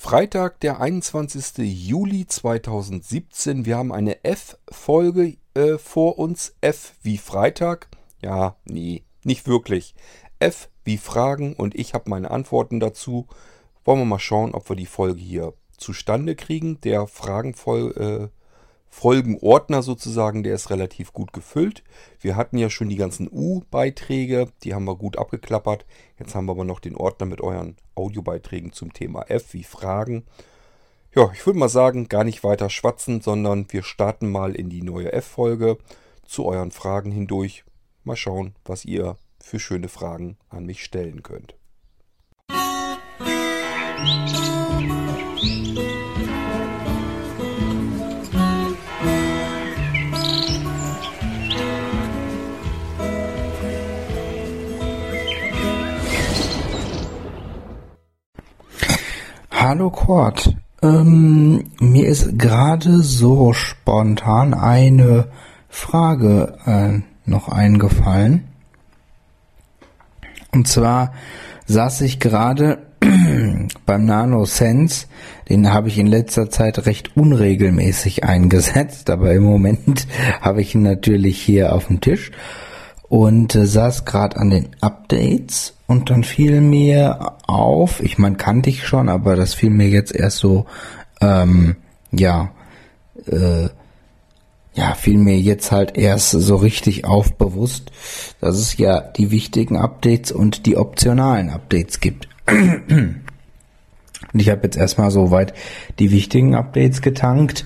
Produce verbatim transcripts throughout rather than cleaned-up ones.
Freitag, der einundzwanzigster Juli zweitausendsiebzehn. Wir haben eine F-Folge äh, vor uns. F wie Freitag. Ja, nee, nicht wirklich. F wie Fragen und ich habe meine Antworten dazu. Wollen wir mal schauen, ob wir die Folge hier zustande kriegen. Der Fragenfolge. Äh, Folgenordner sozusagen, der ist relativ gut gefüllt. Wir hatten ja schon die ganzen U-Beiträge, die haben wir gut abgeklappert. Jetzt haben wir aber noch den Ordner mit euren Audiobeiträgen zum Thema F wie Fragen. Ja, ich würde mal sagen, gar nicht weiter schwatzen, sondern wir starten mal in die neue F-Folge zu euren Fragen hindurch. Mal schauen, was ihr für schöne Fragen an mich stellen könnt. Hallo Kurt, ähm, mir ist gerade so spontan eine Frage äh, noch eingefallen. Und zwar saß ich gerade beim NanoSense, den habe ich in letzter Zeit recht unregelmäßig eingesetzt, aber im Moment habe ich ihn natürlich hier auf dem Tisch und äh, saß gerade an den Updates. Und dann fiel mir auf, ich meine, kannte ich schon, aber das fiel mir jetzt erst so, ähm, ja, äh, ja, fiel mir jetzt halt erst so richtig auf bewusst, dass es ja die wichtigen Updates und die optionalen Updates gibt. Und ich habe jetzt erstmal soweit die wichtigen Updates getankt.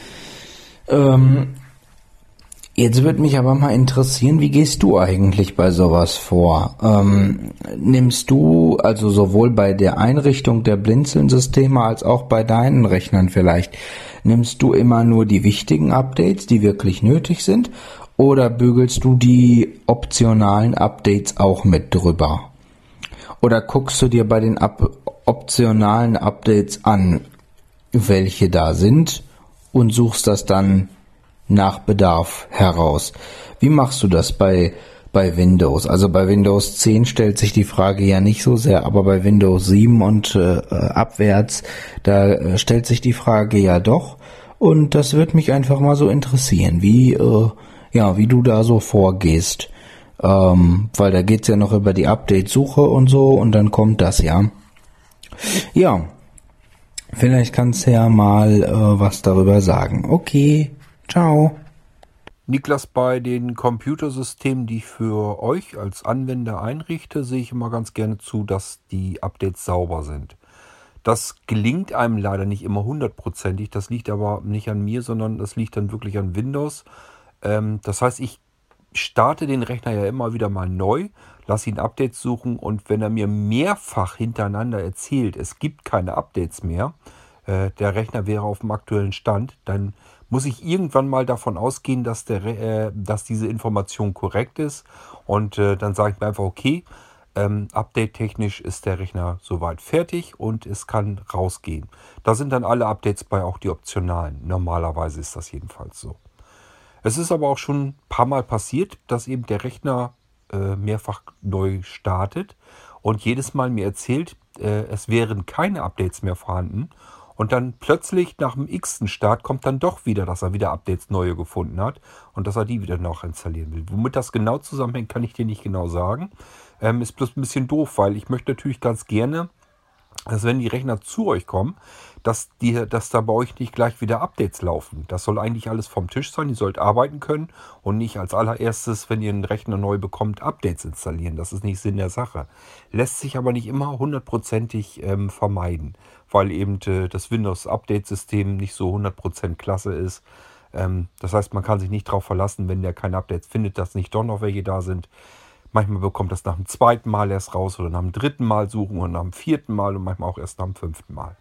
Ähm, Jetzt würde mich aber mal interessieren, wie gehst du eigentlich bei sowas vor? Ähm, nimmst du, also sowohl bei der Einrichtung der Blinzeln-Systeme als auch bei deinen Rechnern vielleicht, nimmst du immer nur die wichtigen Updates, die wirklich nötig sind, oder bügelst du die optionalen Updates auch mit drüber? Oder guckst du dir bei den Up- optionalen Updates an, welche da sind, und suchst das dann nach Bedarf heraus? Wie machst du das bei bei Windows? Also bei Windows zehn stellt sich die Frage ja nicht so sehr, aber bei Windows sieben und äh, abwärts, da äh, stellt sich die Frage ja doch. Und das wird mich einfach mal so interessieren, wie äh, ja, wie du da so vorgehst. Ähm, weil da geht's ja noch über die Update-Suche und so, und dann kommt das ja. Ja, vielleicht kannst du ja mal äh, was darüber sagen. Okay. Ciao. Niklas, bei den Computersystemen, die ich für euch als Anwender einrichte, sehe ich immer ganz gerne zu, dass die Updates sauber sind. Das gelingt einem leider nicht immer hundertprozentig. Das liegt aber nicht an mir, sondern das liegt dann wirklich an Windows. Ähm, das heißt, ich starte den Rechner ja immer wieder mal neu, lasse ihn Updates suchen, und wenn er mir mehrfach hintereinander erzählt, es gibt keine Updates mehr, äh, der Rechner wäre auf dem aktuellen Stand, dann muss ich irgendwann mal davon ausgehen, dass, der, äh, dass diese Information korrekt ist. Und äh, dann sage ich mir einfach, okay, ähm, update-technisch ist der Rechner soweit fertig und es kann rausgehen. Da sind dann alle Updates bei, auch die optionalen. Normalerweise ist das jedenfalls so. Es ist aber auch schon ein paar Mal passiert, dass eben der Rechner äh, mehrfach neu startet und jedes Mal mir erzählt, äh, es wären keine Updates mehr vorhanden. Und dann plötzlich nach dem x-ten Start kommt dann doch wieder, dass er wieder Updates neue gefunden hat und dass er die wieder noch installieren will. Womit das genau zusammenhängt, kann ich dir nicht genau sagen. Ähm, ist bloß ein bisschen doof, weil ich möchte natürlich ganz gerne, dass wenn die Rechner zu euch kommen, dass, die, dass da bei euch nicht gleich wieder Updates laufen. Das soll eigentlich alles vom Tisch sein. Ihr sollt arbeiten können und nicht als allererstes, wenn ihr einen Rechner neu bekommt, Updates installieren. Das ist nicht Sinn der Sache. Lässt sich aber nicht immer hundertprozentig ähm, vermeiden, weil eben äh, das Windows-Update-System nicht so hundert Prozent klasse ist. Ähm, das heißt, man kann sich nicht darauf verlassen, wenn der keine Updates findet, dass nicht doch noch welche da sind. Manchmal bekommt das nach dem zweiten Mal erst raus oder nach dem dritten Mal suchen und nach dem vierten Mal und manchmal auch erst nach dem fünften Mal.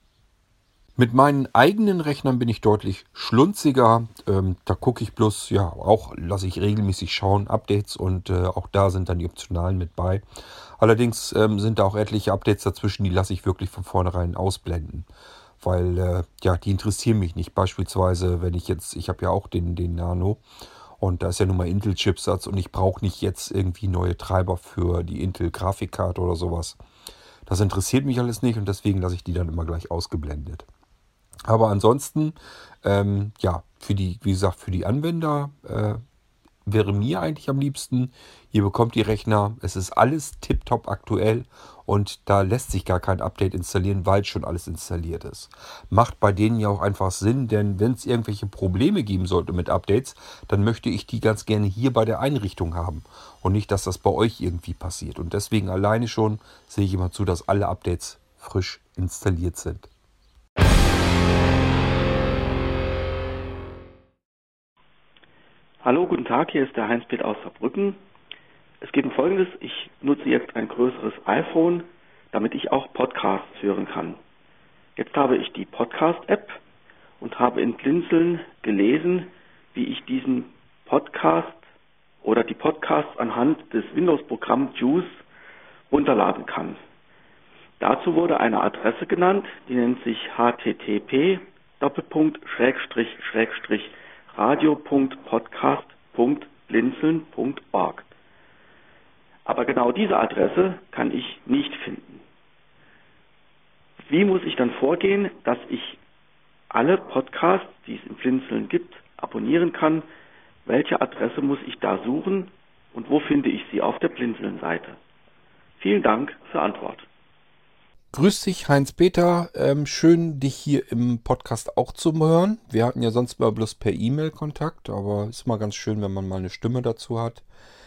Mit meinen eigenen Rechnern bin ich deutlich schlunziger. Ähm, da gucke ich bloß, ja, auch lasse ich regelmäßig schauen, Updates, und äh, auch da sind dann die Optionalen mit bei. Allerdings ähm, sind da auch etliche Updates dazwischen, die lasse ich wirklich von vornherein ausblenden. Weil, äh, ja, die interessieren mich nicht. Beispielsweise, wenn ich jetzt, ich habe ja auch den, den Nano und da ist ja nun mal Intel-Chipsatz und ich brauche nicht jetzt irgendwie neue Treiber für die Intel-Grafikkarte oder sowas. Das interessiert mich alles nicht und deswegen lasse ich die dann immer gleich ausgeblendet. Aber ansonsten, ähm, ja, für die, wie gesagt, für die Anwender äh, wäre mir eigentlich am liebsten, ihr bekommt die Rechner, es ist alles tipptopp aktuell und da lässt sich gar kein Update installieren, weil schon alles installiert ist. Macht bei denen ja auch einfach Sinn, denn wenn es irgendwelche Probleme geben sollte mit Updates, dann möchte ich die ganz gerne hier bei der Einrichtung haben und nicht, dass das bei euch irgendwie passiert. Und deswegen alleine schon sehe ich immer zu, dass alle Updates frisch installiert sind. Hallo, guten Tag, hier ist der Heinz-Peter aus Saarbrücken. Es geht um Folgendes, ich nutze jetzt ein größeres iPhone, damit ich auch Podcasts hören kann. Jetzt habe ich die Podcast-App und habe in Blinzeln gelesen, wie ich diesen Podcast oder die Podcasts anhand des Windows-Programms Juice runterladen kann. Dazu wurde eine Adresse genannt, die nennt sich h t t p Doppelpunkt Schrägstrich Schrägstrich radio punkt podcast punkt blinzeln punkt org. Aber genau diese Adresse kann ich nicht finden. Wie muss ich dann vorgehen, dass ich alle Podcasts, die es in Blinzeln gibt, abonnieren kann? Welche Adresse muss ich da suchen und wo finde ich sie auf der Blinzeln-Seite? Vielen Dank für Antwort. Grüß dich, Heinz-Peter. Ähm, schön, dich hier im Podcast auch zu hören. Wir hatten ja sonst mal bloß per E-Mail Kontakt, aber ist mal ganz schön, wenn man mal eine Stimme dazu hat.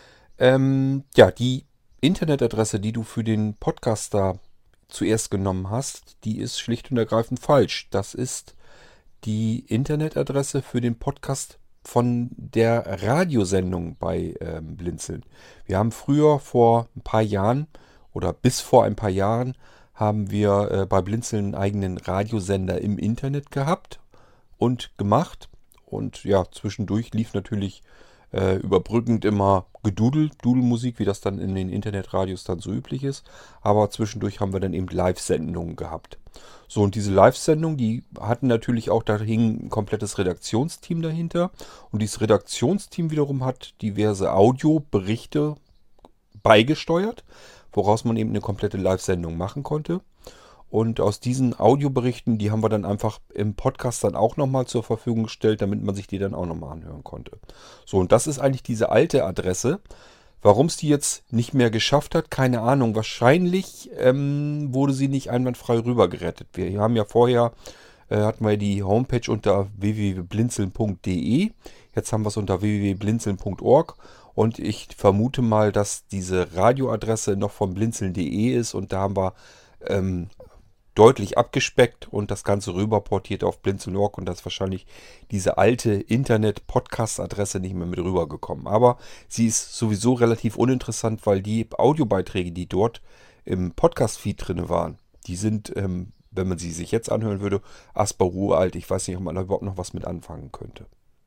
Ähm, ja, die Internetadresse, die du für den Podcaster zuerst genommen hast, die ist schlicht und ergreifend falsch. Das ist die Internetadresse für den Podcast von der Radiosendung bei ähm, Blinzeln. Wir haben früher vor ein paar Jahren oder bis vor ein paar Jahren haben wir äh, bei Blinzeln einen eigenen Radiosender im Internet gehabt und gemacht. Und ja, zwischendurch lief natürlich äh, überbrückend immer Gedudel, Dudelmusik, wie das dann in den Internetradios dann so üblich ist. Aber zwischendurch haben wir dann eben Live-Sendungen gehabt. So, und diese Live-Sendungen, die hatten natürlich auch, da hing ein komplettes Redaktionsteam dahinter. Und dieses Redaktionsteam wiederum hat diverse Audioberichte beigesteuert, woraus man eben eine komplette Live-Sendung machen konnte. Und aus diesen Audioberichten, die haben wir dann einfach im Podcast dann auch nochmal zur Verfügung gestellt, damit man sich die dann auch nochmal anhören konnte. So, und das ist eigentlich diese alte Adresse. Warum es die jetzt nicht mehr geschafft hat, keine Ahnung. Wahrscheinlich ähm, wurde sie nicht einwandfrei rübergerettet. Wir haben ja vorher, äh, hatten wir die Homepage unter w w w punkt blinzeln punkt d e. Jetzt haben wir es unter w w w punkt blinzeln punkt org. Und ich vermute mal, dass diese Radioadresse noch von blinzeln punkt d e ist. Und da haben wir ähm, deutlich abgespeckt und das Ganze rüber portiert auf blinzeln punkt org. Und da ist wahrscheinlich diese alte Internet-Podcast-Adresse nicht mehr mit rübergekommen. Aber sie ist sowieso relativ uninteressant, weil die Audiobeiträge, die dort im Podcast-Feed drin waren, die sind, ähm, wenn man sie sich jetzt anhören würde, asperuralt. Ich weiß nicht, ob man da überhaupt noch was mit anfangen könnte.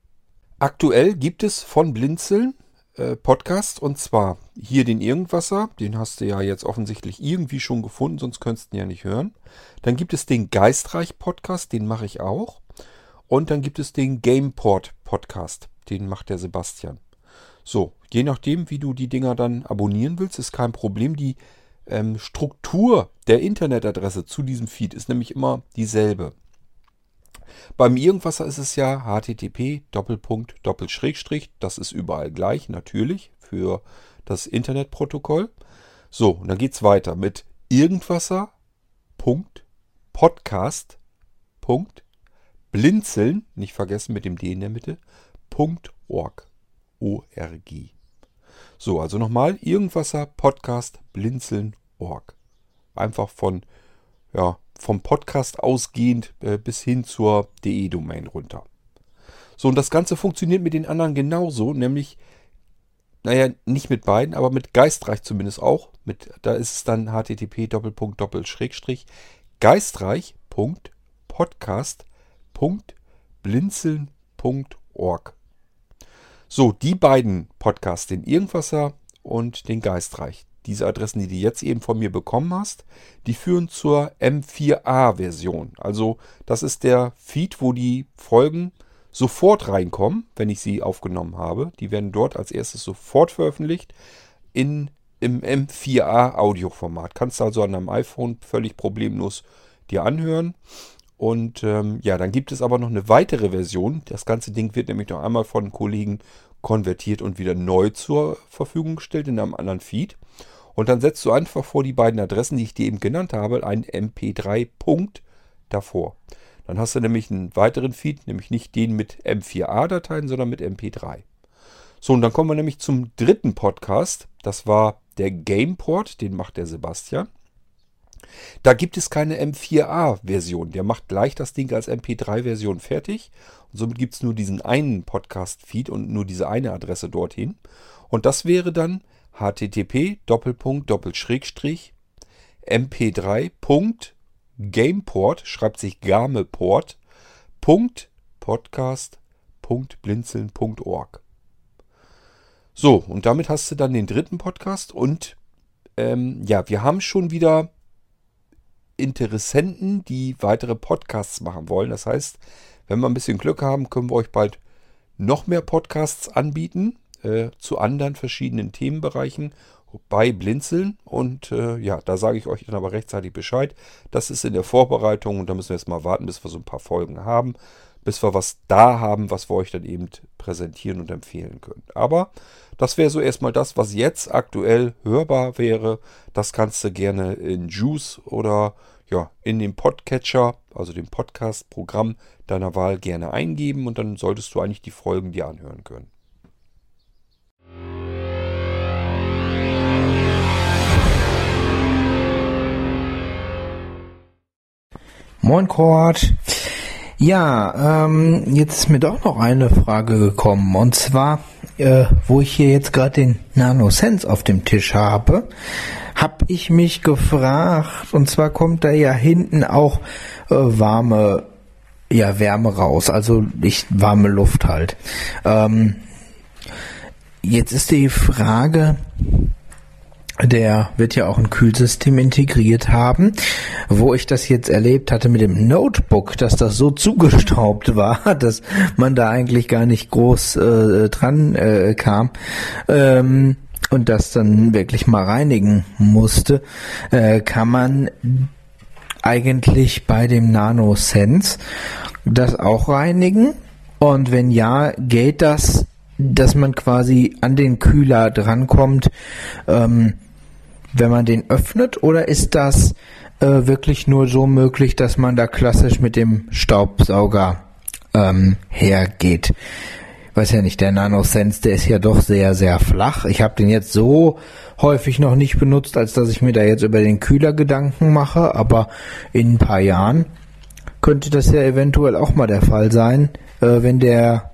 Aktuell gibt es von Blinzeln Podcast und zwar hier den Irgendwasser, den hast du ja jetzt offensichtlich irgendwie schon gefunden, sonst könntest du ihn ja nicht hören. Dann gibt es den Geistreich Podcast, den mache ich auch. Und dann gibt es den Gameport Podcast, den macht der Sebastian. So, je nachdem, wie du die Dinger dann abonnieren willst, ist kein Problem. Die ähm, Struktur der Internetadresse zu diesem Feed ist nämlich immer dieselbe. Beim Irgendwasser ist es ja h t t p Doppelpunkt Doppelschrägstrich, das ist überall gleich, natürlich, für das Internetprotokoll. So, und dann geht es weiter mit Irgendwasser.podcast.blinzeln, nicht vergessen mit dem D in der Mitte, .org. O R G. So, also nochmal, Irgendwasser.podcast.blinzeln.org. Einfach von, ja, vom Podcast ausgehend äh, bis hin zur D E-Domain runter. So, und das Ganze funktioniert mit den anderen genauso, nämlich, naja, nicht mit beiden, aber mit Geistreich zumindest auch. Mit, da ist es dann h t t p Doppelpunkt Doppelschrägstrich geistreich.podcast.blinzeln.org. So, die beiden Podcasts, den Irgendwasser und den Geistreich. Diese Adressen, die du jetzt eben von mir bekommen hast, die führen zur M vier A-Version. Also das ist der Feed, wo die Folgen sofort reinkommen, wenn ich sie aufgenommen habe. Die werden dort als erstes sofort veröffentlicht in im M vier A Audioformat. Kannst du also an deinem iPhone völlig problemlos dir anhören. Und ähm, ja, dann gibt es aber noch eine weitere Version. Das ganze Ding wird nämlich noch einmal von Kollegen konvertiert und wieder neu zur Verfügung gestellt in einem anderen Feed. Und dann setzt du einfach vor die beiden Adressen, die ich dir eben genannt habe, einen M P drei Punkt davor. Dann hast du nämlich einen weiteren Feed, nämlich nicht den mit M vier A Dateien, sondern mit M P drei. So, und dann kommen wir nämlich zum dritten Podcast. Das war der Gameport, den macht der Sebastian. Da gibt es keine M vier A Version. Der macht gleich das Ding als M P drei Version fertig. Und somit gibt es nur diesen einen Podcast-Feed und nur diese eine Adresse dorthin. Und das wäre dann h t t p Doppelpunkt Doppelschrägstrich M P drei Punkt Gameport, schreibt sich Gameport, Punkt Podcast Punkt blinzeln Punkt org. So, und damit hast du dann den dritten Podcast. Und ähm, ja, wir haben schon wieder Interessenten, die weitere Podcasts machen wollen. Das heißt, wenn wir ein bisschen Glück haben, können wir euch bald noch mehr Podcasts anbieten äh, zu anderen verschiedenen Themenbereichen bei Blinzeln. Und äh, ja, da sage ich euch dann aber rechtzeitig Bescheid. Das ist in der Vorbereitung und da müssen wir jetzt mal warten, bis wir so ein paar Folgen haben, bis wir was da haben, was wir euch dann eben präsentieren und empfehlen können. Aber das wäre so erstmal das, was jetzt aktuell hörbar wäre. Das kannst du gerne in Juice oder ja, in dem Podcatcher, also dem Podcast-Programm deiner Wahl gerne eingeben und dann solltest du eigentlich die Folgen dir anhören können. Moin Kurt. Ja, ähm, jetzt ist mir doch noch eine Frage gekommen. Und zwar, äh, wo ich hier jetzt gerade den NanoSense auf dem Tisch habe, habe ich mich gefragt, und zwar kommt da ja hinten auch äh, warme, ja, Wärme raus, also nicht warme Luft halt. Ähm, jetzt ist die Frage, der wird ja auch ein Kühlsystem integriert haben, wo ich das jetzt erlebt hatte mit dem Notebook, dass das so zugestaubt war, dass man da eigentlich gar nicht groß äh, dran äh, kam ähm, und das dann wirklich mal reinigen musste, äh, kann man eigentlich bei dem NanoSense das auch reinigen? Und wenn ja, geht das, dass man quasi an den Kühler drankommt, ähm, wenn man den öffnet, oder ist das äh, wirklich nur so möglich, dass man da klassisch mit dem Staubsauger ähm, hergeht? Weiß ja nicht, der NanoSense, der ist ja doch sehr, sehr flach. Ich habe den jetzt so häufig noch nicht benutzt, als dass ich mir da jetzt über den Kühler Gedanken mache, aber in ein paar Jahren könnte das ja eventuell auch mal der Fall sein, äh, wenn der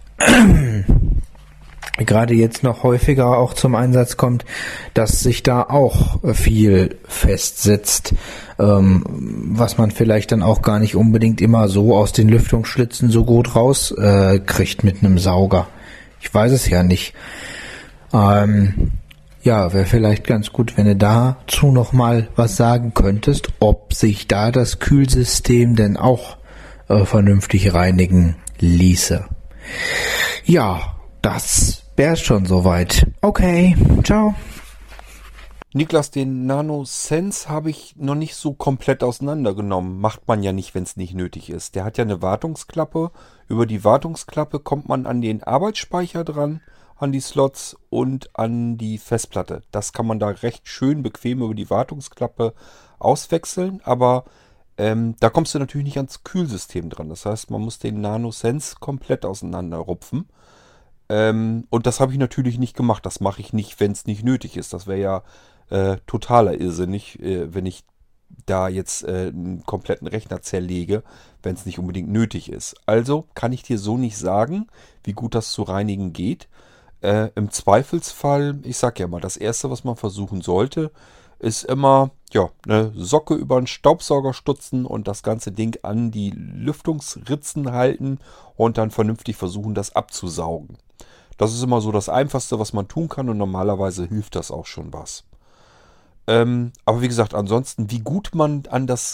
gerade jetzt noch häufiger auch zum Einsatz kommt, dass sich da auch viel festsetzt, ähm, was man vielleicht dann auch gar nicht unbedingt immer so aus den Lüftungsschlitzen so gut rauskriegt äh, kriegt mit einem Sauger. Ich weiß es ja nicht. Ähm, ja, wäre vielleicht ganz gut, wenn du dazu noch mal was sagen könntest, ob sich da das Kühlsystem denn auch äh, vernünftig reinigen ließe. Ja, das wäre schon soweit. Okay, ciao. Niklas, den NanoSense habe ich noch nicht so komplett auseinandergenommen. Macht man ja nicht, wenn es nicht nötig ist. Der hat ja eine Wartungsklappe. Über die Wartungsklappe kommt man an den Arbeitsspeicher dran, an die Slots und an die Festplatte. Das kann man da recht schön bequem über die Wartungsklappe auswechseln. Aber ähm, da kommst du natürlich nicht ans Kühlsystem dran. Das heißt, man muss den NanoSense komplett auseinanderrupfen. Ähm, und das habe ich natürlich nicht gemacht. Das mache ich nicht, wenn es nicht nötig ist. Das wäre ja äh, totaler Irrsinnig, äh, wenn ich da jetzt äh, einen kompletten Rechner zerlege, wenn es nicht unbedingt nötig ist. Also kann ich dir so nicht sagen, wie gut das zu reinigen geht. Äh, im Zweifelsfall, ich sag ja mal, das Erste, was man versuchen sollte, ist immer ja, eine Socke über einen Staubsauger stutzen und das ganze Ding an die Lüftungsritzen halten und dann vernünftig versuchen, das abzusaugen. Das ist immer so das Einfachste, was man tun kann, und normalerweise hilft das auch schon was. Ähm, aber wie gesagt, ansonsten, wie gut man an das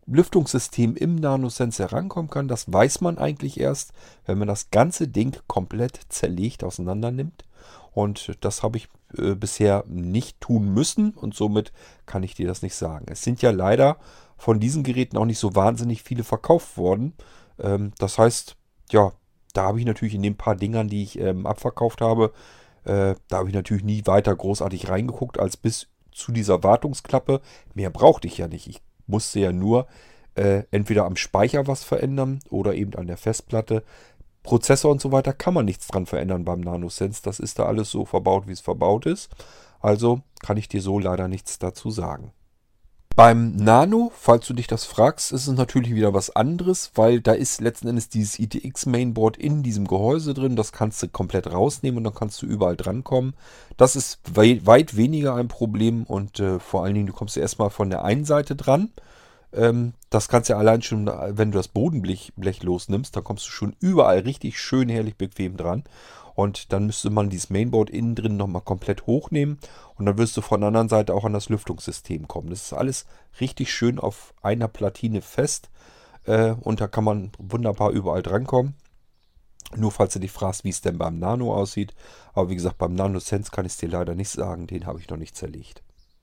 Lüftungssystem im NanoSense herankommen kann, das weiß man eigentlich erst, wenn man das ganze Ding komplett zerlegt auseinander nimmt. Und das habe ich äh, bisher nicht tun müssen und somit kann ich dir das nicht sagen. Es sind ja leider von diesen Geräten auch nicht so wahnsinnig viele verkauft worden. Ähm, das heißt, ja, da habe ich natürlich in den paar Dingern, die ich ähm, abverkauft habe, äh, da habe ich natürlich nie weiter großartig reingeguckt, als bis zu dieser Wartungsklappe. Mehr brauchte ich ja nicht. Ich musste ja nur äh, entweder am Speicher was verändern oder eben an der Festplatte. Prozessor und so weiter kann man nichts dran verändern beim NanoSense. Das ist da alles so verbaut, wie es verbaut ist. Also kann ich dir so leider nichts dazu sagen. Beim Nano, falls du dich das fragst, ist es natürlich wieder was anderes, weil da ist letzten Endes dieses I T X-Mainboard in diesem Gehäuse drin. Das kannst du komplett rausnehmen und dann kannst du überall drankommen. Das ist weit, weit weniger ein Problem und äh, vor allen Dingen, du kommst ja erstmal von der einen Seite dran. Ähm, das kannst du ja allein schon, wenn du das Bodenblech Blech losnimmst, dann kommst du schon überall richtig schön, herrlich bequem dran. Und dann müsste man dieses Mainboard innen drin nochmal komplett hochnehmen. Und dann wirst du von der anderen Seite auch an das Lüftungssystem kommen. Das ist alles richtig schön auf einer Platine fest. Äh, und da kann man wunderbar überall drankommen. Nur falls du dich fragst, wie es denn beim Nano aussieht. Aber wie gesagt, beim NanoSense kann ich es dir leider nicht sagen. Den habe ich noch nicht zerlegt.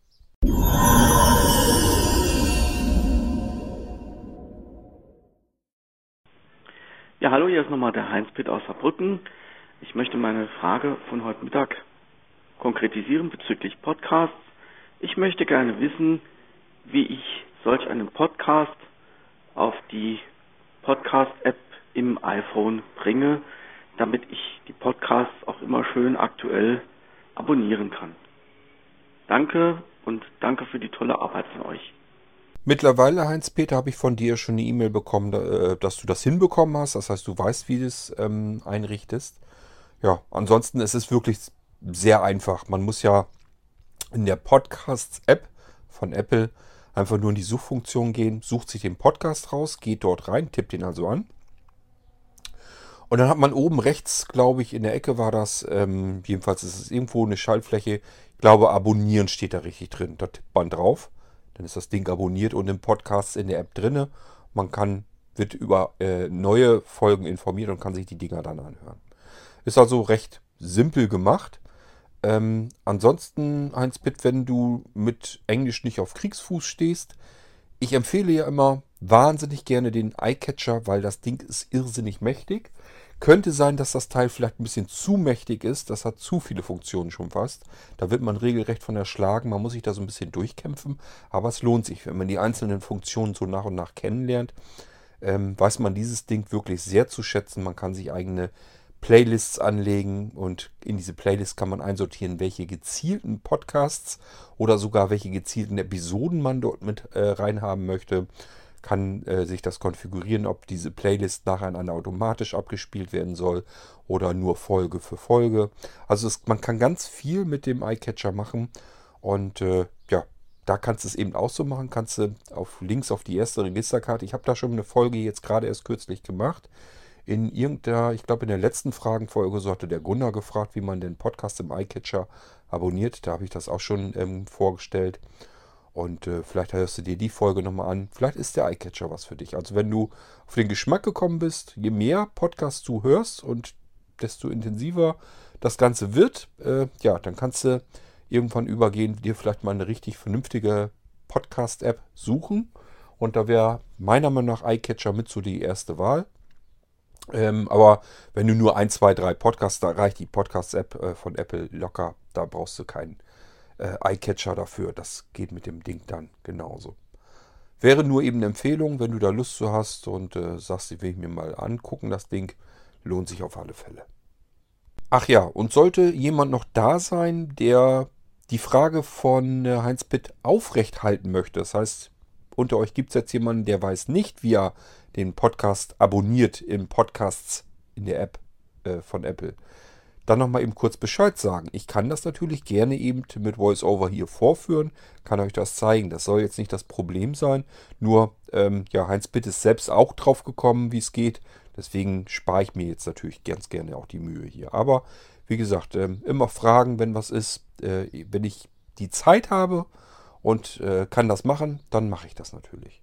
Ja, hallo, hier ist nochmal der Heinz-Pitt aus Saarbrücken. Ich möchte meine Frage von heute Mittag konkretisieren bezüglich Podcasts. Ich möchte gerne wissen, wie ich solch einen Podcast auf die Podcast-App im iPhone bringe, damit ich die Podcasts auch immer schön aktuell abonnieren kann. Danke und danke für die tolle Arbeit von euch. Mittlerweile, Heinz-Peter, habe ich von dir schon eine E-Mail bekommen, da- dass du das hinbekommen hast. Das heißt, du weißt, wie du es ähm, einrichtest. Ja, ansonsten ist es wirklich sehr einfach. Man muss ja in der Podcasts-App von Apple einfach nur in die Suchfunktion gehen, sucht sich den Podcast raus, geht dort rein, tippt ihn also an. Und dann hat man oben rechts, glaube ich, in der Ecke war das, ähm, jedenfalls ist es irgendwo eine Schaltfläche. Ich glaube, abonnieren steht da richtig drin. Da tippt man drauf. Dann ist das Ding abonniert und im Podcast in der App drinne. Man kann, wird über äh, neue Folgen informiert und kann sich die Dinger dann anhören. Ist also recht simpel gemacht. Ähm, ansonsten, Heinz-Pitt, wenn du mit Englisch nicht auf Kriegsfuß stehst, ich empfehle ja immer wahnsinnig gerne den iCatcher, weil das Ding ist irrsinnig mächtig. Könnte sein, dass das Teil vielleicht ein bisschen zu mächtig ist. Das hat zu viele Funktionen schon fast. Da wird man regelrecht von erschlagen. Man muss sich da so ein bisschen durchkämpfen. Aber es lohnt sich, wenn man die einzelnen Funktionen so nach und nach kennenlernt. Ähm, weiß man dieses Ding wirklich sehr zu schätzen. Man kann sich eigene Playlists anlegen und in diese Playlist kann man einsortieren, welche gezielten Podcasts oder sogar welche gezielten Episoden man dort mit äh, reinhaben möchte. Kann äh, sich das konfigurieren, ob diese Playlist nacheinander automatisch abgespielt werden soll oder nur Folge für Folge. Also es, man kann ganz viel mit dem iCatcher machen und äh, ja, da kannst du es eben auch so machen. Kannst du auf links auf die erste Registerkarte. Ich habe da schon eine Folge jetzt gerade erst kürzlich gemacht. In irgendeiner, ich glaube in der letzten Fragenfolge, so hatte der Gunnar gefragt, wie man den Podcast im iCatcher abonniert. Da habe ich das auch schon ähm, vorgestellt. Und äh, vielleicht hörst du dir die Folge nochmal an. Vielleicht ist der iCatcher was für dich. Also wenn du auf den Geschmack gekommen bist, je mehr Podcasts du hörst und desto intensiver das Ganze wird, äh, ja, dann kannst du irgendwann übergehen, dir vielleicht mal eine richtig vernünftige Podcast-App suchen. Und da wäre meiner Meinung nach iCatcher mit so die erste Wahl. Ähm, aber wenn du nur ein, zwei, drei Podcasts, da reicht die Podcast-App äh, von Apple locker. Da brauchst du keinen äh, iCatcher dafür. Das geht mit dem Ding dann genauso. Wäre nur eben eine Empfehlung, wenn du da Lust zu hast und äh, sagst, ich will mir mal angucken, das Ding lohnt sich auf alle Fälle. Ach ja, und sollte jemand noch da sein, der die Frage von äh, Heinz-Pitt aufrecht halten möchte, das heißt, unter euch gibt es jetzt jemanden, der weiß nicht, wie er den Podcast abonniert im Podcasts in der App äh, von Apple. Dann nochmal eben kurz Bescheid sagen. Ich kann das natürlich gerne eben mit VoiceOver hier vorführen, kann euch das zeigen. Das soll jetzt nicht das Problem sein. Nur, ähm, ja, Heinz-Pitt ist selbst auch drauf gekommen, wie es geht. Deswegen spare ich mir jetzt natürlich ganz gerne auch die Mühe hier. Aber wie gesagt, ähm, immer fragen, wenn was ist. Äh, wenn ich die Zeit habe und äh, kann das machen, dann mache ich das natürlich.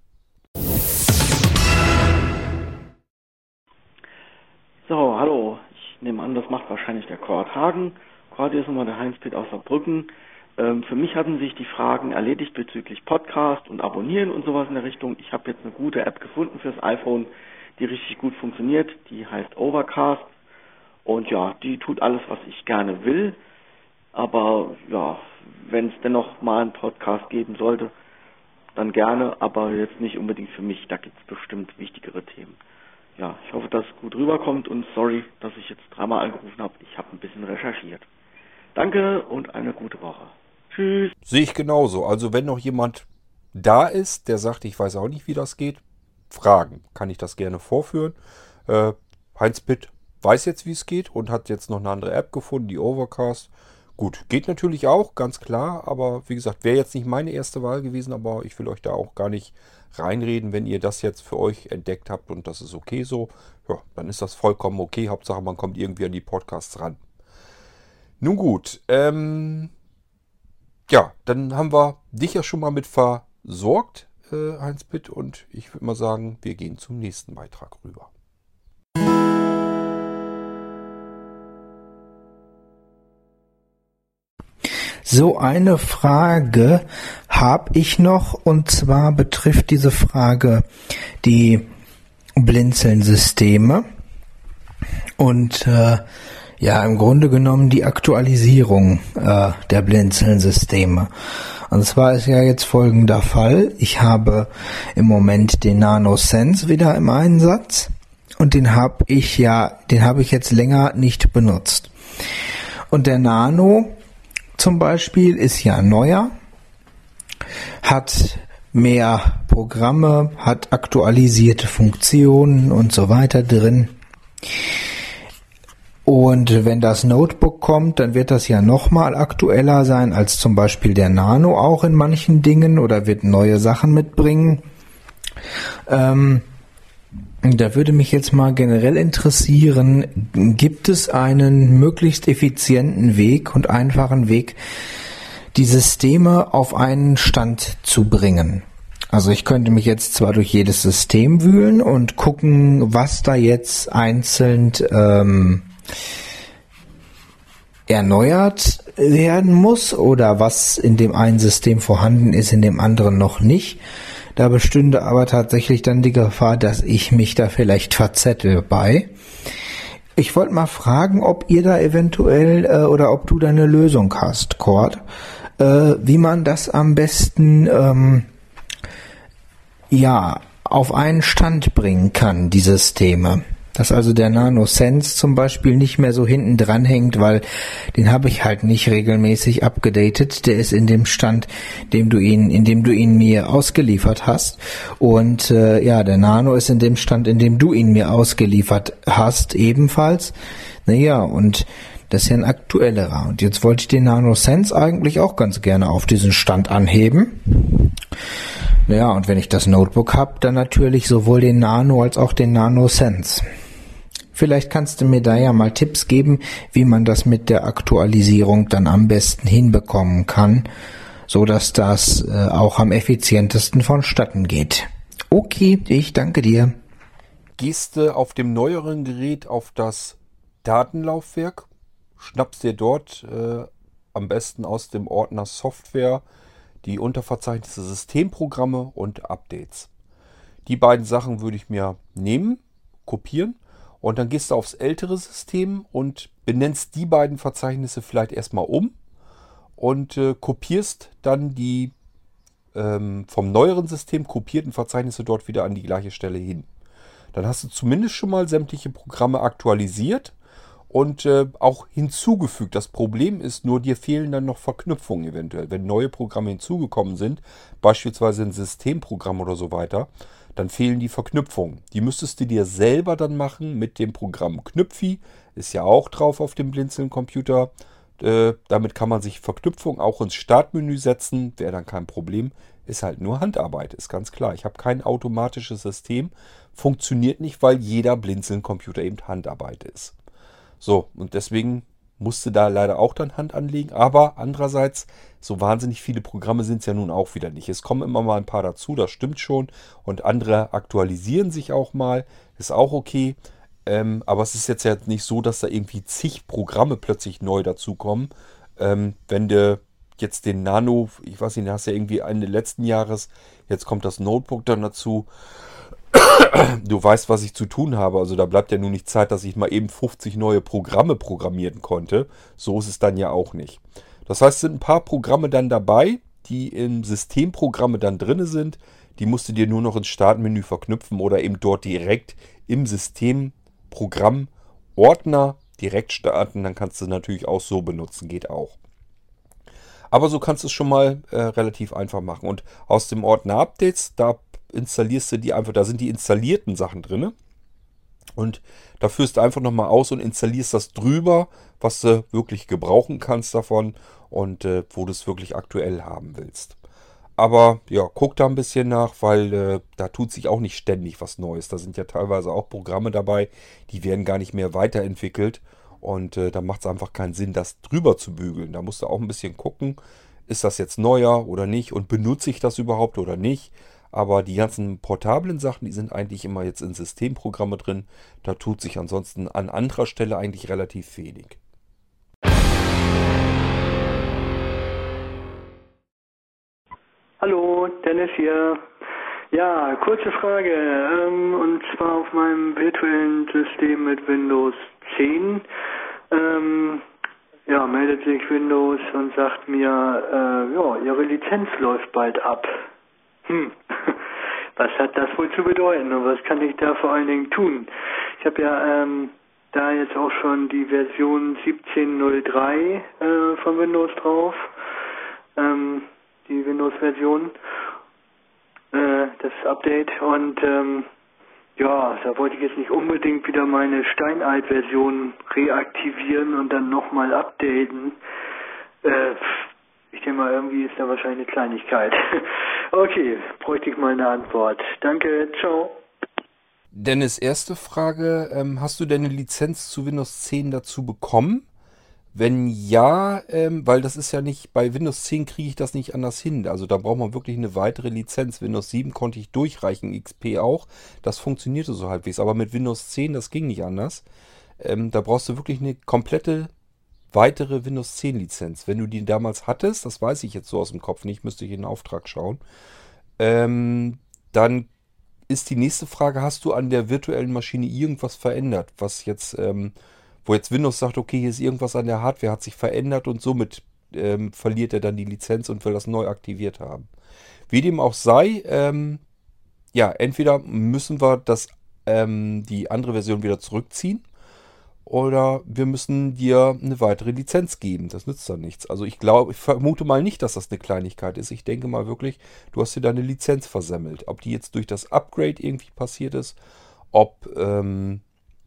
So, hallo. Ich nehme an, das macht wahrscheinlich der Kurt Hagen. Kurt, hier ist nochmal der Heinz-Piet aus Saarbrücken. Ähm, für mich hatten sich die Fragen erledigt bezüglich Podcast und Abonnieren und sowas in der Richtung. Ich habe jetzt eine gute App gefunden fürs iPhone, die richtig gut funktioniert. Die heißt Overcast. Und ja, die tut alles, was ich gerne will. Aber ja, wenn es dennoch mal einen Podcast geben sollte, dann gerne, aber jetzt nicht unbedingt für mich. Da gibt es bestimmt wichtigere Themen. Ja, ich hoffe, dass es gut rüberkommt und sorry, dass ich jetzt dreimal angerufen habe. Ich habe ein bisschen recherchiert. Danke und eine gute Woche. Tschüss. Sehe ich genauso. Also wenn noch jemand da ist, der sagt, ich weiß auch nicht, wie das geht, fragen. Kann ich das gerne vorführen. Äh, Heinz-Piet weiß jetzt, wie es geht und hat jetzt noch eine andere App gefunden, die Overcast. Gut, geht natürlich auch, ganz klar. Aber wie gesagt, wäre jetzt nicht meine erste Wahl gewesen, aber ich will euch da auch gar nicht reinreden, wenn ihr das jetzt für euch entdeckt habt und das ist okay so. Ja, dann ist das vollkommen okay. Hauptsache, man kommt irgendwie an die Podcasts ran. Nun gut, ähm... ja, dann haben wir dich ja schon mal mit versorgt, äh, Heinz-Piet. Und ich würde mal sagen, wir gehen zum nächsten Beitrag rüber. So eine Frage habe ich noch, und zwar betrifft diese Frage die Blinzeln-Systeme und äh, ja, im Grunde genommen die Aktualisierung äh, der Blinzeln-Systeme. Und zwar ist ja jetzt folgender Fall. Ich habe im Moment den Nano Sense wieder im Einsatz und den habe ich ja, den habe ich jetzt länger nicht benutzt. Und der Nano zum Beispiel ist ja neuer, hat mehr Programme, hat aktualisierte Funktionen und so weiter drin. Und wenn das Notebook kommt, dann wird das ja nochmal aktueller sein als zum Beispiel der Nano auch in manchen Dingen oder wird neue Sachen mitbringen. Ähm, da würde mich jetzt mal generell interessieren, gibt es einen möglichst effizienten Weg und einfachen Weg, die Systeme auf einen Stand zu bringen? Also ich könnte mich jetzt zwar durch jedes System wühlen und gucken, was da jetzt einzeln ähm, erneuert werden muss oder was in dem einen System vorhanden ist, in dem anderen noch nicht. Da bestünde aber tatsächlich dann die Gefahr, dass ich mich da vielleicht verzettel bei. Ich wollte mal fragen, ob ihr da eventuell äh, oder ob du da eine Lösung hast, Kurt, äh, wie man das am besten ähm, ja auf einen Stand bringen kann, die Systeme. Dass also der Nano Sense zum Beispiel nicht mehr so hinten dran hängt, weil den habe ich halt nicht regelmäßig abgedatet. Der ist in dem Stand, dem du ihn, in dem du ihn mir ausgeliefert hast. Und äh, ja, der Nano ist in dem Stand, in dem du ihn mir ausgeliefert hast, ebenfalls. Naja, und das ist ja ein aktuellerer. Und jetzt wollte ich den Nano Sense eigentlich auch ganz gerne auf diesen Stand anheben. Ja, und wenn ich das Notebook habe, dann natürlich sowohl den Nano als auch den Nano Sense. Vielleicht kannst du mir da ja mal Tipps geben, wie man das mit der Aktualisierung dann am besten hinbekommen kann, so dass das äh, auch am effizientesten vonstatten geht. Okay, ich danke dir. Gehst du auf dem neueren Gerät auf das Datenlaufwerk, schnappst dir dort äh, am besten aus dem Ordner Software die Unterverzeichnisse Systemprogramme und Updates. Die beiden Sachen würde ich mir nehmen, kopieren und dann gehst du aufs ältere System und benennst die beiden Verzeichnisse vielleicht erstmal um und äh, kopierst dann die ähm, vom neueren System kopierten Verzeichnisse dort wieder an die gleiche Stelle hin. Dann hast du zumindest schon mal sämtliche Programme aktualisiert und äh, auch hinzugefügt. Das Problem ist nur, dir fehlen dann noch Verknüpfungen eventuell. Wenn neue Programme hinzugekommen sind, beispielsweise ein Systemprogramm oder so weiter, dann fehlen die Verknüpfungen. Die müsstest du dir selber dann machen mit dem Programm Knüpfi. Ist ja auch drauf auf dem Blinzeln-Computer. Äh, damit kann man sich Verknüpfungen auch ins Startmenü setzen. Wäre dann kein Problem. Ist halt nur Handarbeit, ist ganz klar. Ich habe kein automatisches System. Funktioniert nicht, weil jeder Blinzeln-Computer eben Handarbeit ist. So, und deswegen Musste da leider auch dann Hand anlegen. Aber andererseits, so wahnsinnig viele Programme sind es ja nun auch wieder nicht. Es kommen immer mal ein paar dazu, das stimmt schon. Und andere aktualisieren sich auch mal. Ist auch okay. Ähm, aber es ist jetzt ja nicht so, dass da irgendwie zig Programme plötzlich neu dazukommen. Ähm, wenn du jetzt den Nano, ich weiß nicht, den hast du ja irgendwie Ende letzten Jahres, jetzt kommt das Notebook dann dazu. Du weißt, was ich zu tun habe. Also da bleibt ja nun nicht Zeit, dass ich mal eben fünfzig neue Programme programmieren konnte. So ist es dann ja auch nicht. Das heißt, es sind ein paar Programme dann dabei, die im Systemprogramme dann drin sind. Die musst du dir nur noch ins Startmenü verknüpfen oder eben dort direkt im Systemprogramm Ordner direkt starten. Dann kannst du es natürlich auch so benutzen. Geht auch. Aber so kannst du es schon mal äh, relativ einfach machen. Und aus dem Ordner Updates, da installierst du die einfach, da sind die installierten Sachen drin. Und da führst du einfach nochmal aus und installierst das drüber, was du wirklich gebrauchen kannst davon und äh, wo du es wirklich aktuell haben willst. Aber ja, guck da ein bisschen nach, weil äh, da tut sich auch nicht ständig was Neues. Da sind ja teilweise auch Programme dabei, die werden gar nicht mehr weiterentwickelt. Und äh, da macht es einfach keinen Sinn, das drüber zu bügeln. Da musst du auch ein bisschen gucken, ist das jetzt neuer oder nicht und benutze ich das überhaupt oder nicht. Aber die ganzen portablen Sachen, die sind eigentlich immer jetzt in Systemprogramme drin. Da tut sich ansonsten an anderer Stelle eigentlich relativ wenig. Hallo, Dennis hier. Ja, kurze Frage. Ähm, und zwar auf meinem virtuellen System mit Windows zehn. Ähm, ja, meldet sich Windows und sagt mir, äh, ja, Ihre Lizenz läuft bald ab. Hm, was hat das wohl zu bedeuten und was kann ich da vor allen Dingen tun? Ich habe ja ähm, da jetzt auch schon die Version siebzehn null drei äh, von Windows drauf, ähm, die Windows-Version, äh, das Update und ähm, ja, da wollte ich jetzt nicht unbedingt wieder meine Steinalt-Version reaktivieren und dann nochmal updaten. Äh, Ich denke mal, irgendwie ist da wahrscheinlich eine Kleinigkeit. Okay, bräuchte ich mal eine Antwort. Danke, ciao. Dennis, erste Frage, ähm, hast du denn eine Lizenz zu Windows zehn dazu bekommen? Wenn ja, ähm, weil das ist ja nicht, bei Windows zehn kriege ich das nicht anders hin. Also da braucht man wirklich eine weitere Lizenz. Windows sieben konnte ich durchreichen, X P auch. Das funktionierte so halbwegs. Aber mit Windows zehn, das ging nicht anders. Ähm, da brauchst du wirklich eine komplette weitere Windows zehn Lizenz. Wenn du die damals hattest, das weiß ich jetzt so aus dem Kopf nicht, müsste ich in den Auftrag schauen, ähm, dann ist die nächste Frage, hast du an der virtuellen Maschine irgendwas verändert, was jetzt, ähm, wo jetzt Windows sagt, okay, hier ist irgendwas an der Hardware, hat sich verändert und somit ähm, verliert er dann die Lizenz und will das neu aktiviert haben. Wie dem auch sei, ähm, ja, entweder müssen wir das, ähm, die andere Version wieder zurückziehen, oder wir müssen dir eine weitere Lizenz geben. Das nützt dann nichts. Also ich glaube, ich vermute mal nicht, dass das eine Kleinigkeit ist. Ich denke mal wirklich, du hast dir deine Lizenz versemmelt. Ob die jetzt durch das Upgrade irgendwie passiert ist, ob ähm,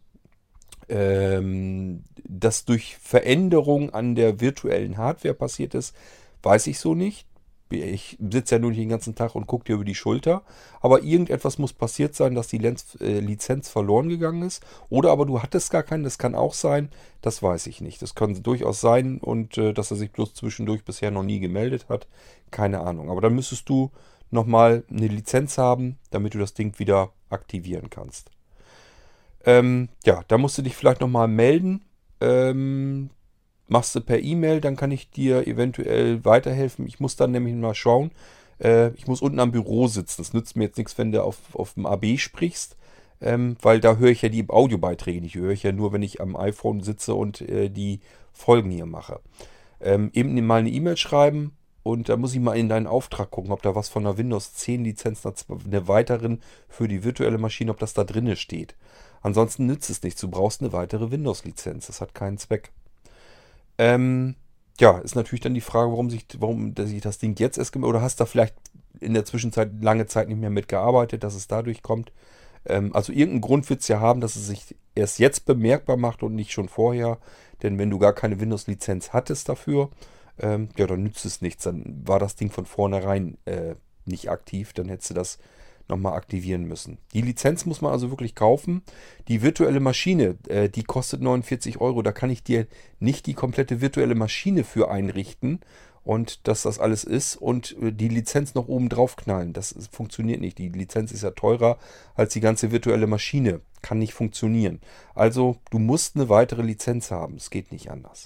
ähm, das durch Veränderung an der virtuellen Hardware passiert ist, weiß ich so nicht. Ich sitze ja nur nicht den ganzen Tag und gucke dir über die Schulter. Aber irgendetwas muss passiert sein, dass die Lenz, äh, Lizenz verloren gegangen ist. Oder aber du hattest gar keinen, das kann auch sein. Das weiß ich nicht. Das kann durchaus sein und äh, dass er sich bloß zwischendurch bisher noch nie gemeldet hat. Keine Ahnung. Aber dann müsstest du nochmal eine Lizenz haben, damit du das Ding wieder aktivieren kannst. Ähm, ja, da musst du dich vielleicht nochmal melden. Ähm... Machst du per E-Mail, dann kann ich dir eventuell weiterhelfen. Ich muss dann nämlich mal schauen. Äh, ich muss unten am Büro sitzen. Das nützt mir jetzt nichts, wenn du auf, auf dem A B sprichst, ähm, weil da höre ich ja die Audiobeiträge nicht. Die höre ich ja nur, wenn ich am iPhone sitze und äh, die Folgen hier mache. Ähm, eben mal eine E-Mail schreiben und da muss ich mal in deinen Auftrag gucken, ob da was von einer Windows zehn Lizenz, einer weiteren für die virtuelle Maschine, ob das da drinne steht. Ansonsten nützt es nichts. Du brauchst eine weitere Windows-Lizenz. Das hat keinen Zweck. Ähm, ja, ist natürlich dann die Frage, warum sich, warum dass ich das Ding jetzt erst gemacht, oder hast da vielleicht in der Zwischenzeit lange Zeit nicht mehr mitgearbeitet, dass es dadurch kommt. Ähm, also irgendeinen Grund wird es ja haben, dass es sich erst jetzt bemerkbar macht und nicht schon vorher. Denn wenn du gar keine Windows-Lizenz hattest dafür, ähm, ja, dann nützt es nichts. Dann war das Ding von vornherein äh, nicht aktiv. Dann hättest du das nochmal aktivieren müssen. Die Lizenz muss man also wirklich kaufen. Die virtuelle Maschine, äh, die kostet neunundvierzig Euro. Da kann ich dir nicht die komplette virtuelle Maschine für einrichten und dass das alles ist und äh, die Lizenz noch oben drauf knallen. Das ist, funktioniert nicht. Die Lizenz ist ja teurer als die ganze virtuelle Maschine. Kann nicht funktionieren. Also du musst eine weitere Lizenz haben. Es geht nicht anders.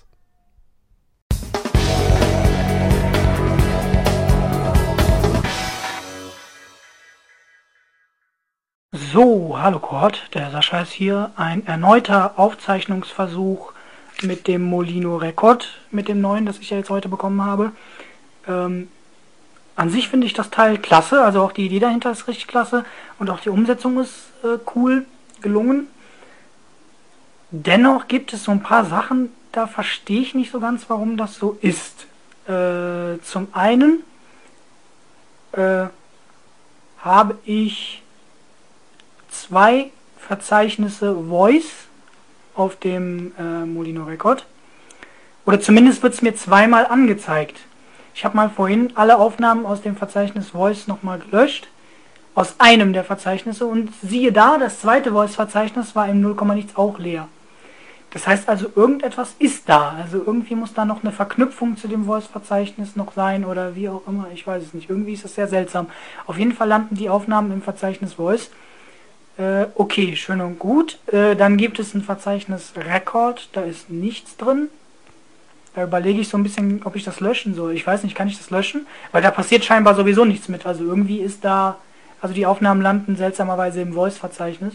So, hallo Kurt, der Sascha ist hier. Ein erneuter Aufzeichnungsversuch mit dem Molino Rekord, mit dem neuen, das ich ja jetzt heute bekommen habe. Ähm, an sich finde ich das Teil klasse, also auch die Idee dahinter ist richtig klasse und auch die Umsetzung ist äh, cool gelungen. Dennoch gibt es so ein paar Sachen, da verstehe ich nicht so ganz, warum das so ist. Äh, zum einen äh, habe ich zwei Verzeichnisse Voice auf dem äh, Molino Rekord. Oder zumindest wird es mir zweimal angezeigt. Ich habe mal vorhin alle Aufnahmen aus dem Verzeichnis Voice nochmal gelöscht. Aus einem der Verzeichnisse. Und siehe da, das zweite Voice-Verzeichnis war im null, nichts auch leer. Das heißt also, irgendetwas ist da. Also irgendwie muss da noch eine Verknüpfung zu dem Voice-Verzeichnis noch sein oder wie auch immer. Ich weiß es nicht. Irgendwie ist es sehr seltsam. Auf jeden Fall landen die Aufnahmen im Verzeichnis Voice. Äh, okay, schön und gut. Äh, dann gibt es ein Verzeichnis Record, da ist nichts drin. Da überlege ich so ein bisschen, ob ich das löschen soll. Ich weiß nicht, kann ich das löschen? Weil da passiert scheinbar sowieso nichts mit. Also irgendwie ist da, also die Aufnahmen landen seltsamerweise im Voice-Verzeichnis.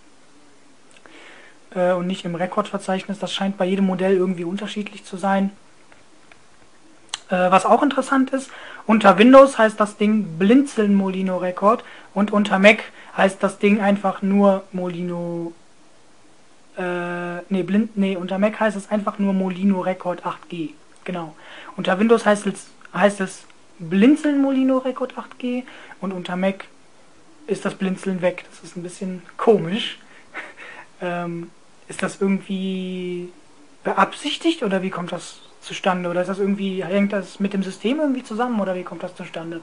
Äh, und nicht im Record-Verzeichnis. Das scheint bei jedem Modell irgendwie unterschiedlich zu sein. Äh, was auch interessant ist, unter Windows heißt das Ding Blinzeln Molino Record und unter Mac heißt das Ding einfach nur Molino, äh, nee, blind, nee, unter Mac heißt es einfach nur Molino Record acht G, genau. Unter Windows heißt es, heißt es Blinzeln Molino Record acht G und unter Mac ist das Blinzeln weg. Das ist ein bisschen komisch. ähm, ist das irgendwie beabsichtigt oder wie kommt das zustande? Oder ist das irgendwie, hängt das mit dem System irgendwie zusammen oder wie kommt das zustande?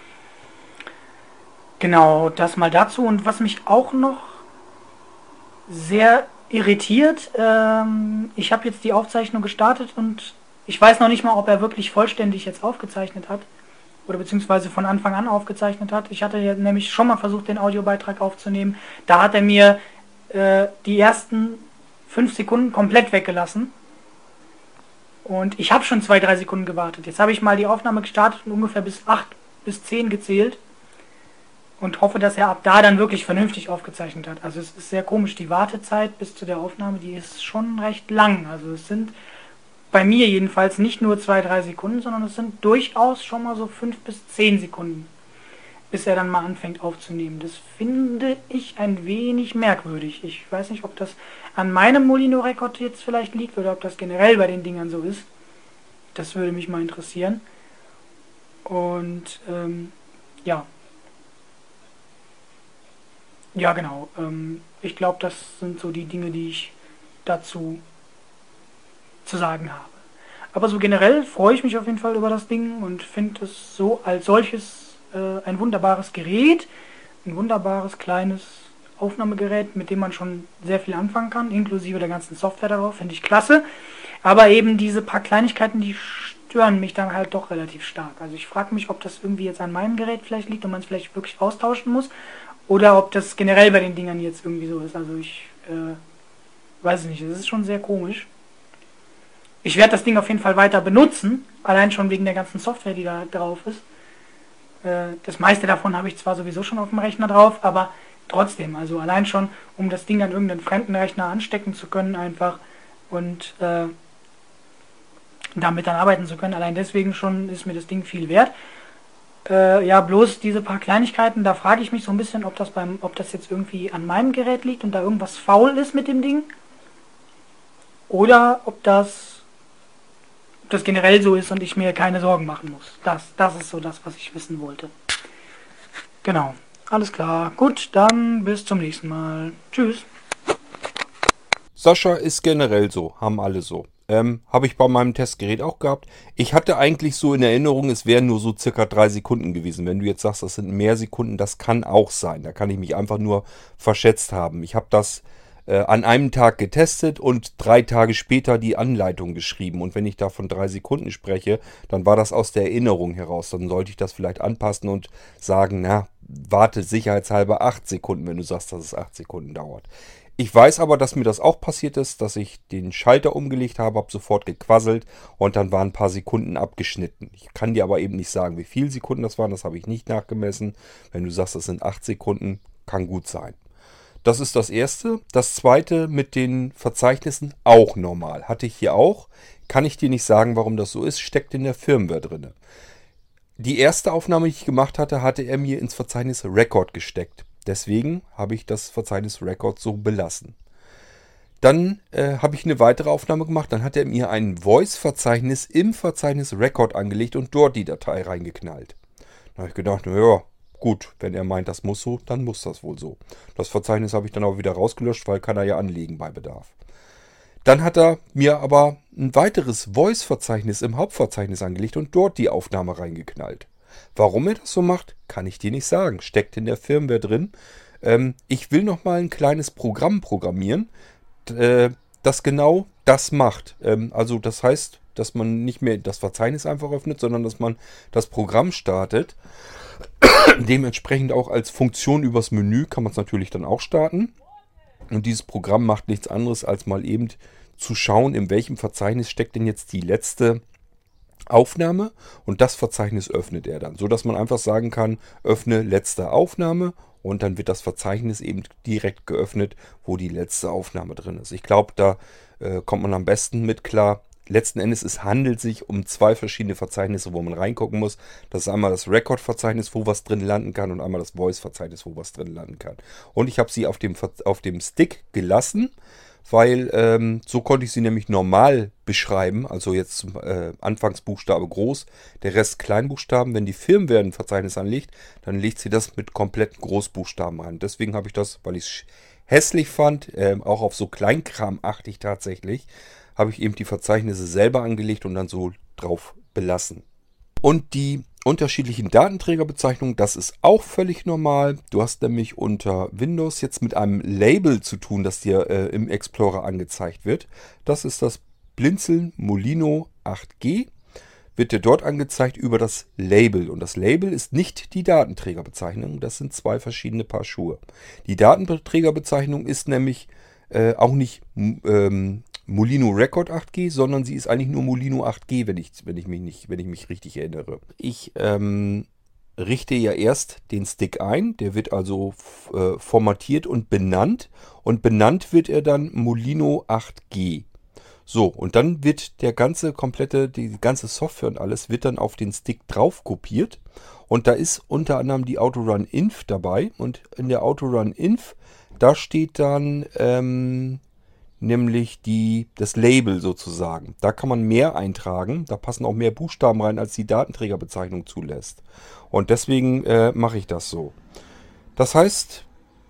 Genau, das mal dazu. Und was mich auch noch sehr irritiert, ähm, ich habe jetzt die Aufzeichnung gestartet und ich weiß noch nicht mal, ob er wirklich vollständig jetzt aufgezeichnet hat oder beziehungsweise von Anfang an aufgezeichnet hat. Ich hatte ja nämlich schon mal versucht, den Audiobeitrag aufzunehmen. Da hat er mir äh, die ersten fünf Sekunden komplett weggelassen. Und ich habe schon zwei, drei Sekunden gewartet. Jetzt habe ich mal die Aufnahme gestartet und ungefähr bis acht bis zehn gezählt. Und hoffe, dass er ab da dann wirklich vernünftig aufgezeichnet hat. Also es ist sehr komisch. Die Wartezeit bis zu der Aufnahme, die ist schon recht lang. Also es sind bei mir jedenfalls nicht nur zwei, drei Sekunden, sondern es sind durchaus schon mal so fünf bis zehn Sekunden, bis er dann mal anfängt aufzunehmen. Das finde ich ein wenig merkwürdig. Ich weiß nicht, ob das an meinem Molino Rekord jetzt vielleicht liegt oder ob das generell bei den Dingern so ist. Das würde mich mal interessieren. Und ähm, ja. Ja, genau. Ähm, ich glaube, das sind so die Dinge, die ich dazu zu sagen habe. Aber so generell freue ich mich auf jeden Fall über das Ding und finde es so als solches äh, ein wunderbares Gerät, ein wunderbares kleines Aufnahmegerät, mit dem man schon sehr viel anfangen kann, inklusive der ganzen Software darauf, finde ich klasse. Aber eben diese paar Kleinigkeiten, die stören mich dann halt doch relativ stark. Also ich frage mich, ob das irgendwie jetzt an meinem Gerät vielleicht liegt und man es vielleicht wirklich austauschen muss. Oder ob das generell bei den Dingern jetzt irgendwie so ist. Also ich äh, weiß es nicht. Das ist schon sehr komisch. Ich werde das Ding auf jeden Fall weiter benutzen. Allein schon wegen der ganzen Software, die da drauf ist. Äh, das meiste davon habe ich zwar sowieso schon auf dem Rechner drauf, aber trotzdem. Also allein schon, um das Ding an irgendeinen fremden Rechner anstecken zu können einfach. Und äh, damit dann arbeiten zu können. Allein deswegen schon ist mir das Ding viel wert. Äh, ja, bloß diese paar Kleinigkeiten, da frage ich mich so ein bisschen, ob das beim, ob das jetzt irgendwie an meinem Gerät liegt und da irgendwas faul ist mit dem Ding. Oder ob das, ob das generell so ist und ich mir keine Sorgen machen muss. Das, das ist so das, was ich wissen wollte. Genau. Alles klar. Gut, dann bis zum nächsten Mal. Tschüss. Sascha ist generell so, haben alle so. Ähm, habe ich bei meinem Testgerät auch gehabt. Ich hatte eigentlich so in Erinnerung, es wären nur so circa drei Sekunden gewesen. Wenn du jetzt sagst, das sind mehr Sekunden, das kann auch sein. Da kann ich mich einfach nur verschätzt haben. Ich habe das äh, an einem Tag getestet und drei Tage später die Anleitung geschrieben. Und wenn ich da von drei Sekunden spreche, dann war das aus der Erinnerung heraus. Dann sollte ich das vielleicht anpassen und sagen, na, warte sicherheitshalber acht Sekunden, wenn du sagst, dass es acht Sekunden dauert. Ich weiß aber, dass mir das auch passiert ist, dass ich den Schalter umgelegt habe, habe sofort gequasselt und dann waren ein paar Sekunden abgeschnitten. Ich kann dir aber eben nicht sagen, wie viele Sekunden das waren, das habe ich nicht nachgemessen. Wenn du sagst, das sind acht Sekunden, kann gut sein. Das ist das Erste. Das Zweite mit den Verzeichnissen auch normal. Hatte ich hier auch. Kann ich dir nicht sagen, warum das so ist, steckt in der Firmware drin. Die erste Aufnahme, die ich gemacht hatte, hatte er mir ins Verzeichnis Record gesteckt. Deswegen habe ich das Verzeichnis Record so belassen. Dann äh, habe ich eine weitere Aufnahme gemacht. Dann hat er mir ein Voice-Verzeichnis im Verzeichnis Record angelegt und dort die Datei reingeknallt. Da habe ich gedacht, naja, gut, wenn er meint, das muss so, dann muss das wohl so. Das Verzeichnis habe ich dann auch wieder rausgelöscht, weil kann er ja anlegen bei Bedarf. Dann hat er mir aber ein weiteres Voice-Verzeichnis im Hauptverzeichnis angelegt und dort die Aufnahme reingeknallt. Warum er das so macht, kann ich dir nicht sagen. Steckt in der Firmware drin. Ähm, ich will noch mal ein kleines Programm programmieren, äh, das genau das macht. Ähm, also das heißt, dass man nicht mehr das Verzeichnis einfach öffnet, sondern dass man das Programm startet. Dementsprechend auch als Funktion übers Menü kann man es natürlich dann auch starten. Und dieses Programm macht nichts anderes, als mal eben zu schauen, in welchem Verzeichnis steckt denn jetzt die letzte Aufnahme, und das Verzeichnis öffnet er dann, so dass man einfach sagen kann, öffne letzte Aufnahme, und dann wird das Verzeichnis eben direkt geöffnet, wo die letzte Aufnahme drin ist. Ich glaube, da äh, kommt man am besten mit klar. Letzten Endes, es handelt sich um zwei verschiedene Verzeichnisse, wo man reingucken muss. Das ist einmal das Record-Verzeichnis, wo was drin landen kann, und einmal das Voice-Verzeichnis, wo was drin landen kann. Und ich habe sie auf dem, auf dem Stick gelassen, weil ähm, so konnte ich sie nämlich normal beschreiben, also jetzt äh, Anfangsbuchstabe groß, der Rest Kleinbuchstaben. Wenn die Firmware ein Verzeichnis anlegt, dann legt sie das mit kompletten Großbuchstaben an. Deswegen habe ich das, weil ich es hässlich fand, äh, auch auf so Kleinkram achte ich tatsächlich, habe ich eben die Verzeichnisse selber angelegt und dann so drauf belassen. Und die unterschiedlichen Datenträgerbezeichnungen, das ist auch völlig normal. Du hast nämlich unter Windows jetzt mit einem Label zu tun, das dir äh, im Explorer angezeigt wird. Das ist das Blinzeln Molino acht G. Wird dir dort angezeigt über das Label. Und das Label ist nicht die Datenträgerbezeichnung. Das sind zwei verschiedene Paar Schuhe. Die Datenträgerbezeichnung ist nämlich äh, auch nicht ähm, Molino Record acht G, sondern sie ist eigentlich nur Molino acht G, wenn ich, wenn ich, mich, nicht, wenn ich mich richtig erinnere. Ich ähm, richte ja erst den Stick ein, der wird also äh, formatiert und benannt, und benannt wird er dann Molino acht G. So, und dann wird der ganze komplette, die ganze Software und alles wird dann auf den Stick drauf kopiert, und da ist unter anderem die Autorun-Inf dabei, und in der Autorun-Inf, da steht dann ähm, nämlich die, das Label sozusagen. Da kann man mehr eintragen. Da passen auch mehr Buchstaben rein, als die Datenträgerbezeichnung zulässt. Und deswegen äh, mache ich das so. Das heißt,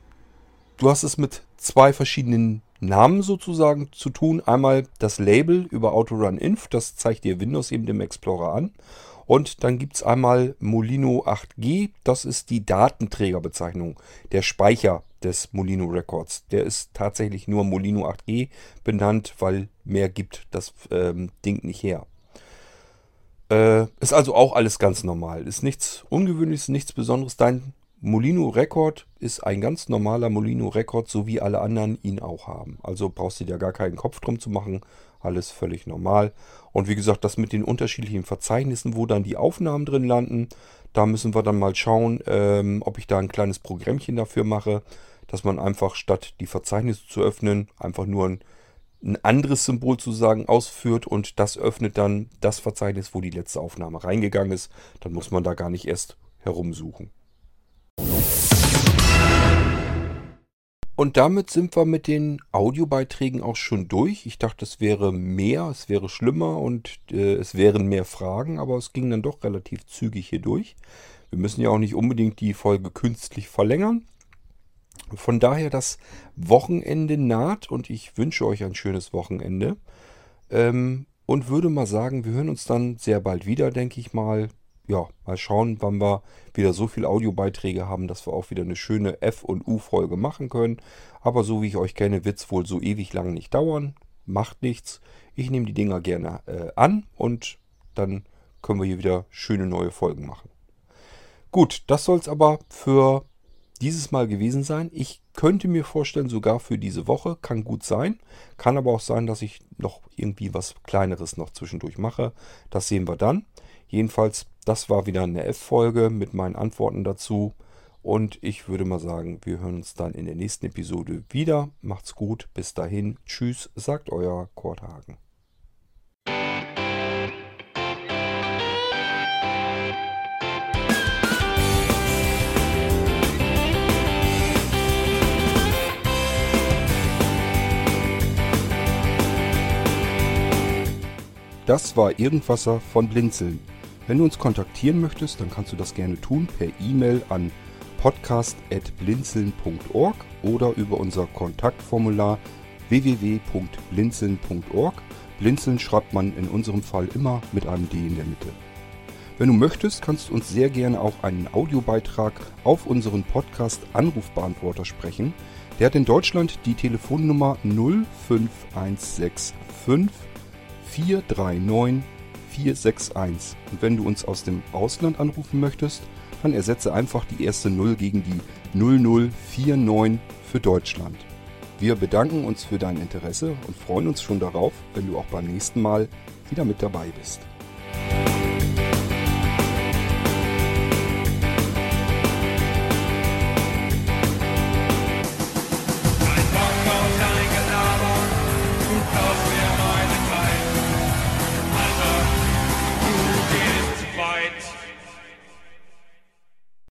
du hast es mit zwei verschiedenen Namen sozusagen zu tun. Einmal das Label über Autorun-Inf. Das zeigt dir Windows eben im Explorer an. Und dann gibt es einmal Molino acht G. Das ist die Datenträgerbezeichnung, der Speicher des Molino Records. Der ist tatsächlich nur Molino acht G benannt, weil mehr gibt das ähm, Ding nicht her. Äh, ist also auch alles ganz normal. Ist nichts Ungewöhnliches, nichts Besonderes. Dein Molino Record ist ein ganz normaler Molino Record, so wie alle anderen ihn auch haben. Also brauchst du dir gar keinen Kopf drum zu machen. Alles völlig normal. Und wie gesagt, das mit den unterschiedlichen Verzeichnissen, wo dann die Aufnahmen drin landen, da müssen wir dann mal schauen, ähm, ob ich da ein kleines Programmchen dafür mache, dass man einfach statt die Verzeichnisse zu öffnen, einfach nur ein, ein anderes Symbol zu sagen ausführt, und das öffnet dann das Verzeichnis, wo die letzte Aufnahme reingegangen ist. Dann muss man da gar nicht erst herumsuchen. Und damit sind wir mit den Audiobeiträgen auch schon durch. Ich dachte, es wäre mehr, es wäre schlimmer und äh, es wären mehr Fragen, aber es ging dann doch relativ zügig hier durch. Wir müssen ja auch nicht unbedingt die Folge künstlich verlängern. Von daher, das Wochenende naht und ich wünsche euch ein schönes Wochenende. Ähm, und würde mal sagen, wir hören uns dann sehr bald wieder, denke ich mal. Ja, mal schauen, wann wir wieder so viele Audiobeiträge haben, dass wir auch wieder eine schöne F- und U-Folge machen können. Aber so wie ich euch kenne, wird es wohl so ewig lang nicht dauern. Macht nichts. Ich nehme die Dinger gerne äh, an und dann können wir hier wieder schöne neue Folgen machen. Gut, das soll es aber für dieses Mal gewesen sein. Ich könnte mir vorstellen, sogar für diese Woche. Kann gut sein. Kann aber auch sein, dass ich noch irgendwie was Kleineres noch zwischendurch mache. Das sehen wir dann. Jedenfalls, das war wieder eine F-Folge mit meinen Antworten dazu. Und ich würde mal sagen, wir hören uns dann in der nächsten Episode wieder. Macht's gut. Bis dahin. Tschüss, sagt euer Kurt Hagen. Das war Irgendwasser von Blinzeln. Wenn du uns kontaktieren möchtest, dann kannst du das gerne tun per E-Mail an podcast at blinzeln punkt org oder über unser Kontaktformular w w w punkt blinzeln punkt org. Blinzeln schreibt man in unserem Fall immer mit einem D in der Mitte. Wenn du möchtest, kannst du uns sehr gerne auch einen Audiobeitrag auf unseren Podcast Anrufbeantworter sprechen. Der hat in Deutschland die Telefonnummer null fünf eins sechs fünf vier drei neun vier sechs eins. Und wenn du uns aus dem Ausland anrufen möchtest, dann ersetze einfach die erste null gegen die null null vier neun für Deutschland. Wir bedanken uns für dein Interesse und freuen uns schon darauf, wenn du auch beim nächsten Mal wieder mit dabei bist.